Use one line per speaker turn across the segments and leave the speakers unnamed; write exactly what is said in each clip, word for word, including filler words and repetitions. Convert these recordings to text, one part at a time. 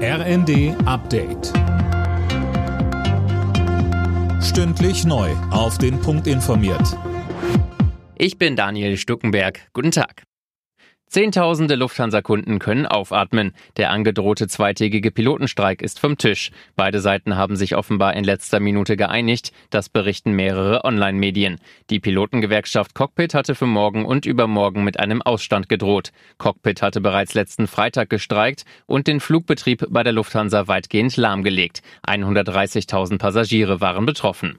R N D Update. Stündlich neu auf den Punkt informiert.
Ich bin Daniel Stuckenberg. Guten Tag. Zehntausende Lufthansa-Kunden können aufatmen. Der angedrohte zweitägige Pilotenstreik ist vom Tisch. Beide Seiten haben sich offenbar in letzter Minute geeinigt. Das berichten mehrere Online-Medien. Die Pilotengewerkschaft Cockpit hatte für morgen und übermorgen mit einem Ausstand gedroht. Cockpit hatte bereits letzten Freitag gestreikt und den Flugbetrieb bei der Lufthansa weitgehend lahmgelegt. hundertdreißigtausend Passagiere waren betroffen.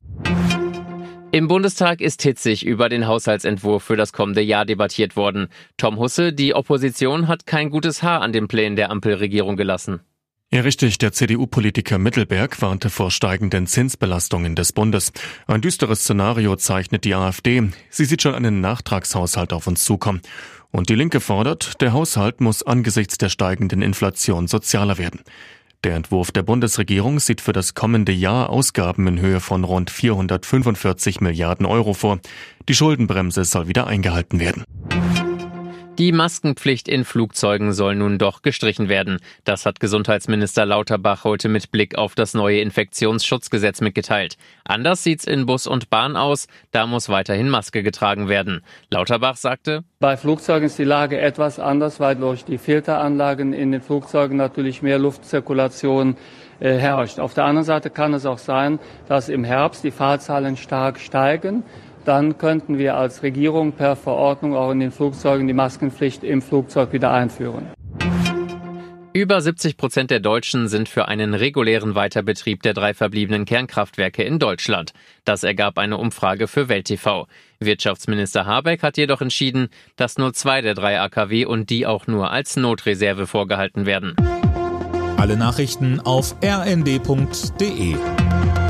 Im Bundestag ist hitzig über den Haushaltsentwurf für das kommende Jahr debattiert worden. Tom Husse, die Opposition hat kein gutes Haar an den Plänen der Ampelregierung gelassen.
Ja, richtig. Der C D U-Politiker Mittelberg warnte vor steigenden Zinsbelastungen des Bundes. Ein düsteres Szenario zeichnet die AfD. Sie sieht schon einen Nachtragshaushalt auf uns zukommen. Und die Linke fordert, der Haushalt muss angesichts der steigenden Inflation sozialer werden. Der Entwurf der Bundesregierung sieht für das kommende Jahr Ausgaben in Höhe von rund vierhundertfünfundvierzig Milliarden Euro vor. Die Schuldenbremse soll wieder eingehalten werden.
Die Maskenpflicht in Flugzeugen soll nun doch gestrichen werden. Das hat Gesundheitsminister Lauterbach heute mit Blick auf das neue Infektionsschutzgesetz mitgeteilt. Anders sieht's in Bus und Bahn aus. Da muss weiterhin Maske getragen werden. Lauterbach sagte:
Bei Flugzeugen ist die Lage etwas anders, weil durch die Filteranlagen in den Flugzeugen natürlich mehr Luftzirkulation äh, herrscht. Auf der anderen Seite kann es auch sein, dass im Herbst die Fahrzahlen stark steigen. Dann könnten wir als Regierung per Verordnung auch in den Flugzeugen die Maskenpflicht im Flugzeug wieder einführen.
Über siebzig Prozent der Deutschen sind für einen regulären Weiterbetrieb der drei verbliebenen Kernkraftwerke in Deutschland. Das ergab eine Umfrage für Welt T V. Wirtschaftsminister Habeck hat jedoch entschieden, dass nur zwei der drei A K W und die auch nur als Notreserve vorgehalten werden.
Alle Nachrichten auf r n d punkt d e.